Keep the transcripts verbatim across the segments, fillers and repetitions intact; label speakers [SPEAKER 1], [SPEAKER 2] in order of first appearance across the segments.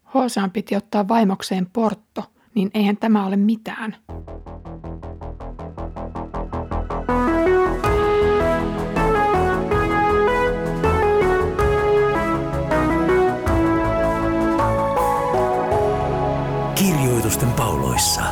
[SPEAKER 1] Hosean piti ottaa vaimokseen Portto, niin eihän tämä ole mitään.
[SPEAKER 2] Kirjoitusten pauloissa.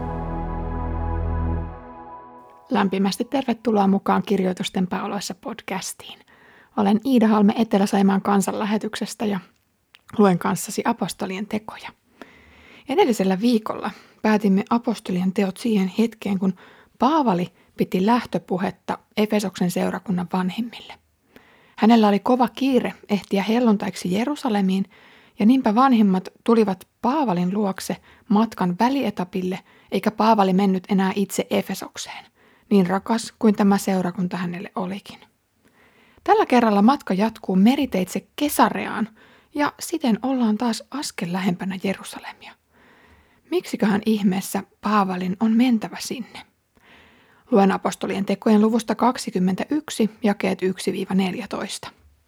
[SPEAKER 1] Lämpimästi tervetuloa mukaan Kirjoitusten pauloissa podcastiin. Olen Iida Halme Etelä-Saimaan kansanlähetyksestä ja luen kanssasi apostolien tekoja. Edellisellä viikolla päätimme apostolien teot siihen hetkeen, kun Paavali piti lähtöpuhetta Efesoksen seurakunnan vanhimmille. Hänellä oli kova kiire ehtiä helluntaiksi Jerusalemiin, ja niinpä vanhimmat tulivat Paavalin luokse matkan välietapille, eikä Paavali mennyt enää itse Efesokseen, niin rakas kuin tämä seurakunta hänelle olikin. Tällä kerralla matka jatkuu meriteitse Kesareaan, ja siten ollaan taas askel lähempänä Jerusalemia. Miksiköhän ihmeessä Paavalin on mentävä sinne? Luen apostolien tekojen luvusta kaksikymmentäyksi, jakeet yksi neljätoista.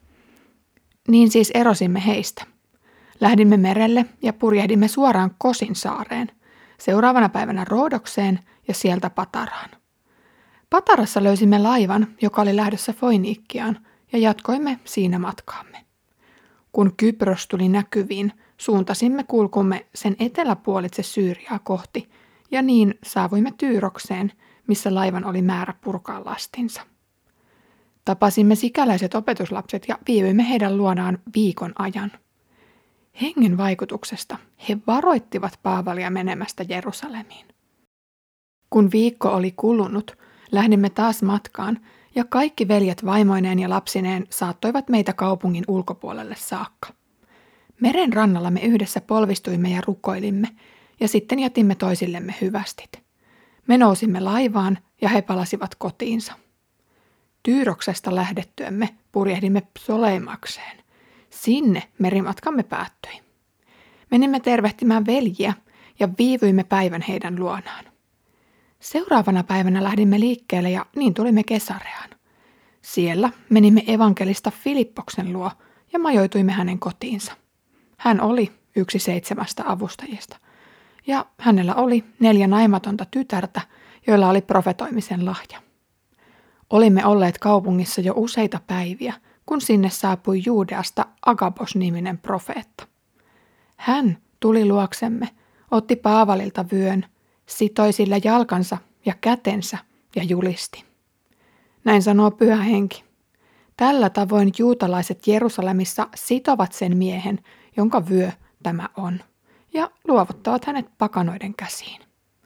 [SPEAKER 1] Niin siis erosimme heistä. Lähdimme merelle ja purjehdimme suoraan Kosin saareen, seuraavana päivänä Roodokseen ja sieltä Pataraan. Patarassa löysimme laivan, joka oli lähdössä Foiniikkiaan, ja jatkoimme siinä matkaamme. Kun Kypros tuli näkyviin, suuntasimme kulkumme sen eteläpuolitse Syyriaa kohti, ja niin saavuimme Tyyrokseen, missä laivan oli määrä purkaa lastinsa. Tapasimme sikäläiset opetuslapset ja viivyimme heidän luonaan viikon ajan. Hengen vaikutuksesta he varoittivat Paavalia menemästä Jerusalemiin. Kun viikko oli kulunut, lähdimme taas matkaan, ja kaikki veljet vaimoineen ja lapsineen saattoivat meitä kaupungin ulkopuolelle saakka. Meren rannalla me yhdessä polvistuimme ja rukoilimme, ja sitten jätimme toisillemme hyvästit. Me nousimme laivaan, ja he palasivat kotiinsa. Tyyroksesta lähdettyämme purjehdimme Ptoleimakseen. Sinne merimatkamme päättyi. Menimme tervehtimään veljiä, ja viivyimme päivän heidän luonaan. Seuraavana päivänä lähdimme liikkeelle ja niin tulimme Kesareaan. Siellä menimme evankelista Filippoksen luo ja majoituimme hänen kotiinsa. Hän oli yksi seitsemästä avustajista ja hänellä oli neljä naimatonta tytärtä, joilla oli profetoimisen lahja. Olimme olleet kaupungissa jo useita päiviä, kun sinne saapui Juudeasta Agabos-niminen profeetta. Hän tuli luoksemme, otti Paavalilta vyön, sitoi sillä jalkansa ja kätensä ja julisti. Näin sanoo Pyhä Henki. Tällä tavoin juutalaiset Jerusalemissa sitovat sen miehen, jonka vyö tämä on, ja luovuttavat hänet pakanoiden käsiin.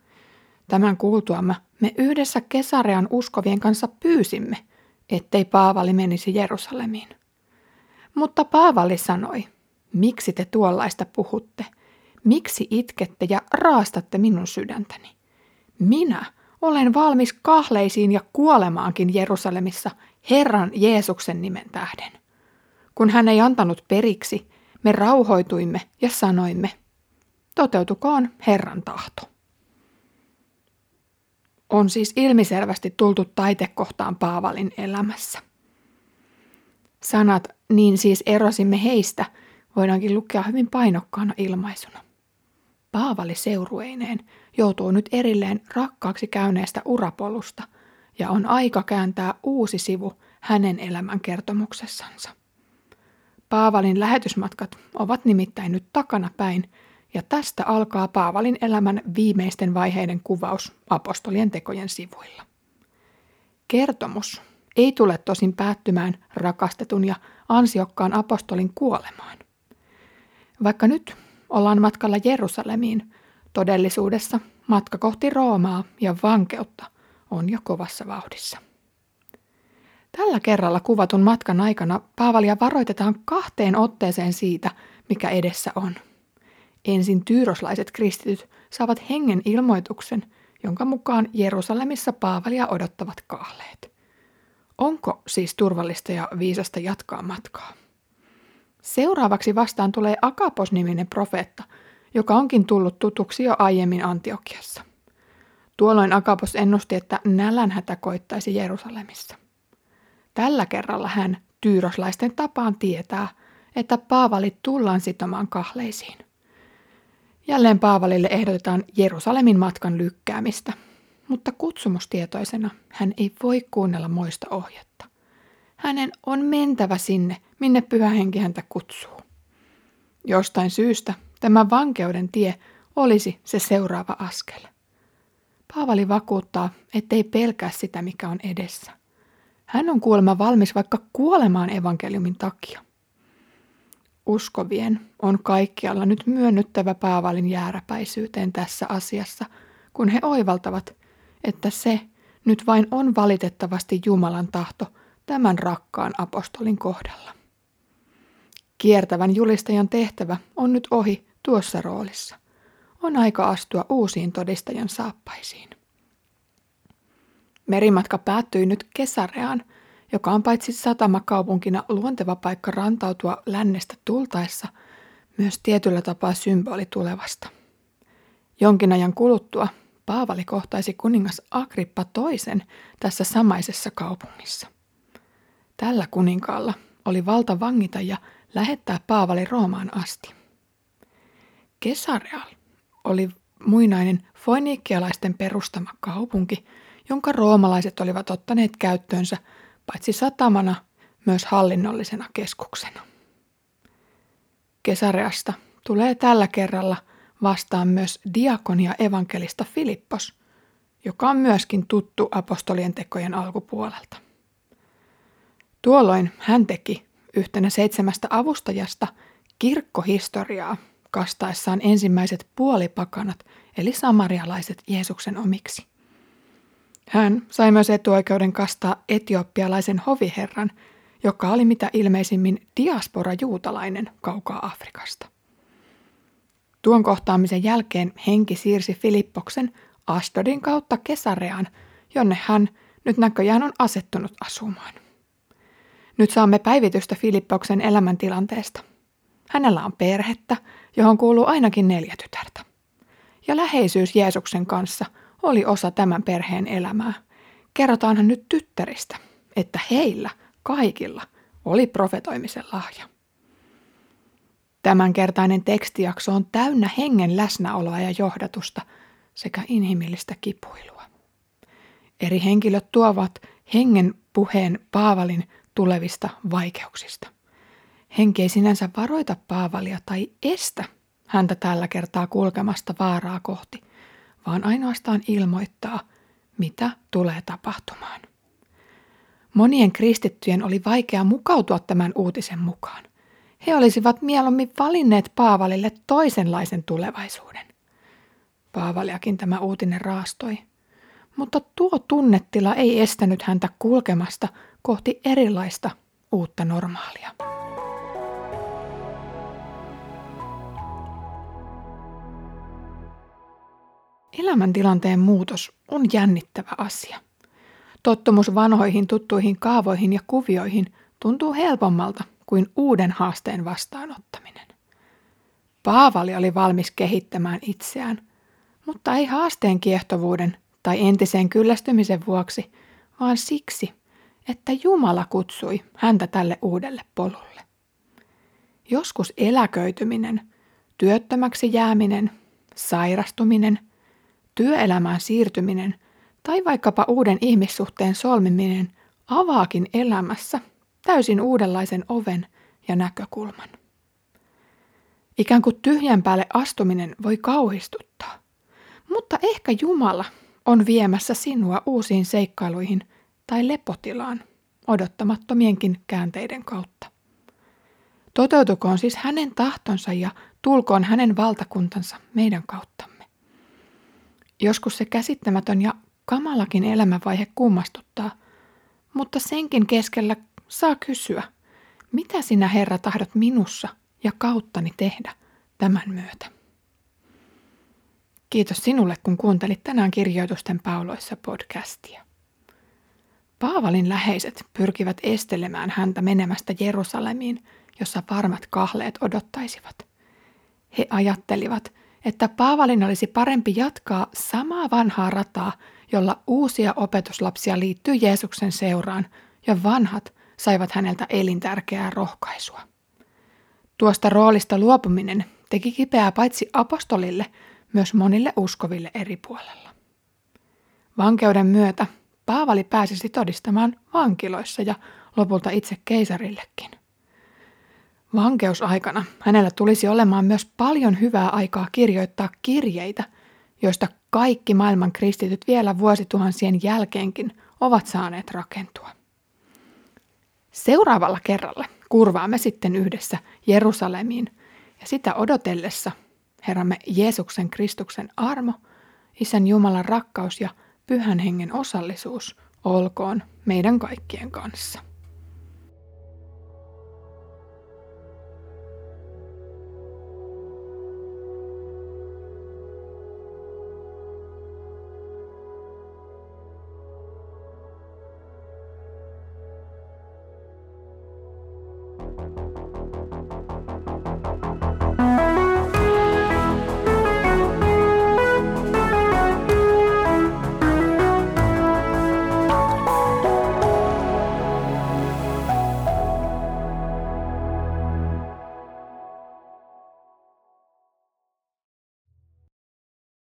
[SPEAKER 1] Tämän kuultuamme me yhdessä Kesarean uskovien kanssa pyysimme, ettei Paavali menisi Jerusalemiin. Mutta Paavali sanoi, miksi te tuollaista puhutte? Miksi itkette ja raastatte minun sydäntäni? Minä olen valmis kahleisiin ja kuolemaankin Jerusalemissa Herran Jeesuksen nimen tähden. Kun hän ei antanut periksi, me rauhoituimme ja sanoimme, toteutukoon Herran tahto. On siis ilmiselvästi tultu taitekohtaan Paavalin elämässä. Sanat, niin siis erosimme heistä, voidaankin lukea hyvin painokkaana ilmaisuna. Paavali seurueineen joutuu nyt erilleen rakkaaksi käyneestä urapolusta ja on aika kääntää uusi sivu hänen elämän kertomuksessansa. Paavalin lähetysmatkat ovat nimittäin nyt takana päin ja tästä alkaa Paavalin elämän viimeisten vaiheiden kuvaus apostolien tekojen sivuilla. Kertomus ei tule tosin päättymään rakastetun ja ansiokkaan apostolin kuolemaan. Vaikka nyt ollaan matkalla Jerusalemiin, todellisuudessa matka kohti Roomaa ja vankeutta on jo kovassa vauhdissa. Tällä kerralla kuvatun matkan aikana Paavalia varoitetaan kahteen otteeseen siitä, mikä edessä on. Ensin tyyroslaiset kristityt saavat hengen ilmoituksen, jonka mukaan Jerusalemissa Paavalia odottavat kahleet. Onko siis turvallista ja viisasta jatkaa matkaa? Seuraavaksi vastaan tulee Agabos-niminen profeetta, joka onkin tullut tutuksi jo aiemmin Antiokiassa. Tuolloin Agabos ennusti, että nälänhätä koittaisi Jerusalemissa. Tällä kerralla hän tyyroslaisten tapaan tietää, että Paavali tullaan sitomaan kahleisiin. Jälleen Paavalille ehdotetaan Jerusalemin matkan lykkäämistä, mutta kutsumustietoisena hän ei voi kuunnella moista ohjetta. Hänen on mentävä sinne, minne Pyhä Henki häntä kutsuu. Jostain syystä tämä vankeuden tie olisi se seuraava askel. Paavali vakuuttaa, ettei pelkää sitä, mikä on edessä. Hän on kuulemma valmis vaikka kuolemaan evankeliumin takia. Uskovien on kaikkialla nyt myönnyttävä Paavalin jääräpäisyyteen tässä asiassa, kun he oivaltavat, että se nyt vain on valitettavasti Jumalan tahto tämän rakkaan apostolin kohdalla. Kiertävän julistajan tehtävä on nyt ohi tuossa roolissa. On aika astua uusiin todistajan saappaisiin. Merimatka päättyi nyt Kesareaan, joka on paitsi satamakaupunkina luonteva paikka rantautua lännestä tultaessa, myös tietyllä tapaa symboli tulevasta. Jonkin ajan kuluttua Paavali kohtaisi kuningas Agrippa toisen tässä samaisessa kaupungissa. Tällä kuninkaalla oli valta vangita ja lähettää Paavali Roomaan asti. Kesarea oli muinainen foiniikkialaisten perustama kaupunki, jonka roomalaiset olivat ottaneet käyttöönsä paitsi satamana, myös hallinnollisena keskuksena. Kesareasta tulee tällä kerralla vastaan myös diakonia evankelista Filippos, joka on myöskin tuttu apostolien tekojen alkupuolelta. Tuolloin hän teki yhtenä seitsemästä avustajasta kirkkohistoriaa kastaessaan ensimmäiset puolipakanat eli samarialaiset Jeesuksen omiksi. Hän sai myös etuoikeuden kastaa etiopialaisen hoviherran, joka oli mitä ilmeisimmin diaspora-juutalainen kaukaa Afrikasta. Tuon kohtaamisen jälkeen henki siirsi Filippoksen Asdodin kautta Kesareaan, jonne hän nyt näköjään on asettunut asumaan. Nyt saamme päivitystä Filippoksen elämäntilanteesta. Hänellä on perhettä, johon kuuluu ainakin neljä tytärtä. Ja läheisyys Jeesuksen kanssa oli osa tämän perheen elämää. Kerrotaanhan nyt tyttäristä, että heillä kaikilla oli profetoimisen lahja. Tämänkertainen tekstijakso on täynnä hengen läsnäoloa ja johdatusta sekä inhimillistä kipuilua. Eri henkilöt tuovat hengen puheen Paavalin tulevista vaikeuksista. Henki ei sinänsä varoita Paavalia tai estä häntä tällä kertaa kulkemasta vaaraa kohti, vaan ainoastaan ilmoittaa, mitä tulee tapahtumaan. Monien kristittyjen oli vaikea mukautua tämän uutisen mukaan. He olisivat mieluummin valinneet Paavalille toisenlaisen tulevaisuuden. Paavaliakin tämä uutinen raastoi, mutta tuo tunnetila ei estänyt häntä kulkemasta kohti erilaista uutta normaalia. Elämäntilanteen muutos on jännittävä asia. Tottumus vanhoihin tuttuihin kaavoihin ja kuvioihin tuntuu helpommalta kuin uuden haasteen vastaanottaminen. Paavali oli valmis kehittämään itseään, mutta ei haasteen kiehtovuuden tai entiseen kyllästymisen vuoksi, vaan siksi, että Jumala kutsui häntä tälle uudelle polulle. Joskus eläköityminen, työttömäksi jääminen, sairastuminen, työelämään siirtyminen tai vaikkapa uuden ihmissuhteen solmiminen avaakin elämässä täysin uudenlaisen oven ja näkökulman. Ikään kuin tyhjän päälle astuminen voi kauhistuttaa, mutta ehkä Jumala on viemässä sinua uusiin seikkailuihin tai lepotilaan odottamattomienkin käänteiden kautta. Toteutukoon siis hänen tahtonsa ja tulkoon hänen valtakuntansa meidän kauttamme. Joskus se käsittämätön ja kamalakin elämänvaihe kummastuttaa, mutta senkin keskellä saa kysyä, mitä sinä Herra tahdot minussa ja kauttani tehdä tämän myötä. Kiitos sinulle, kun kuuntelit tänään Kirjoitusten pauloissa podcastia. Paavalin läheiset pyrkivät estelemään häntä menemästä Jerusalemiin, jossa varmat kahleet odottaisivat. He ajattelivat, että Paavalin olisi parempi jatkaa samaa vanhaa rataa, jolla uusia opetuslapsia liittyy Jeesuksen seuraan, ja vanhat saivat häneltä elintärkeää rohkaisua. Tuosta roolista luopuminen teki kipeää paitsi apostolille, myös monille uskoville eri puolella. Vankeuden myötä Paavali pääsisi todistamaan vankiloissa ja lopulta itse keisarillekin. Vankeusaikana hänellä tulisi olemaan myös paljon hyvää aikaa kirjoittaa kirjeitä, joista kaikki maailman kristityt vielä vuosituhansien jälkeenkin ovat saaneet rakentua. Seuraavalla kerralla kurvaamme sitten yhdessä Jerusalemiin ja sitä odotellessa Herramme Jeesuksen Kristuksen armo, Isän Jumalan rakkaus ja Pyhän Hengen osallisuus olkoon meidän kaikkien kanssa.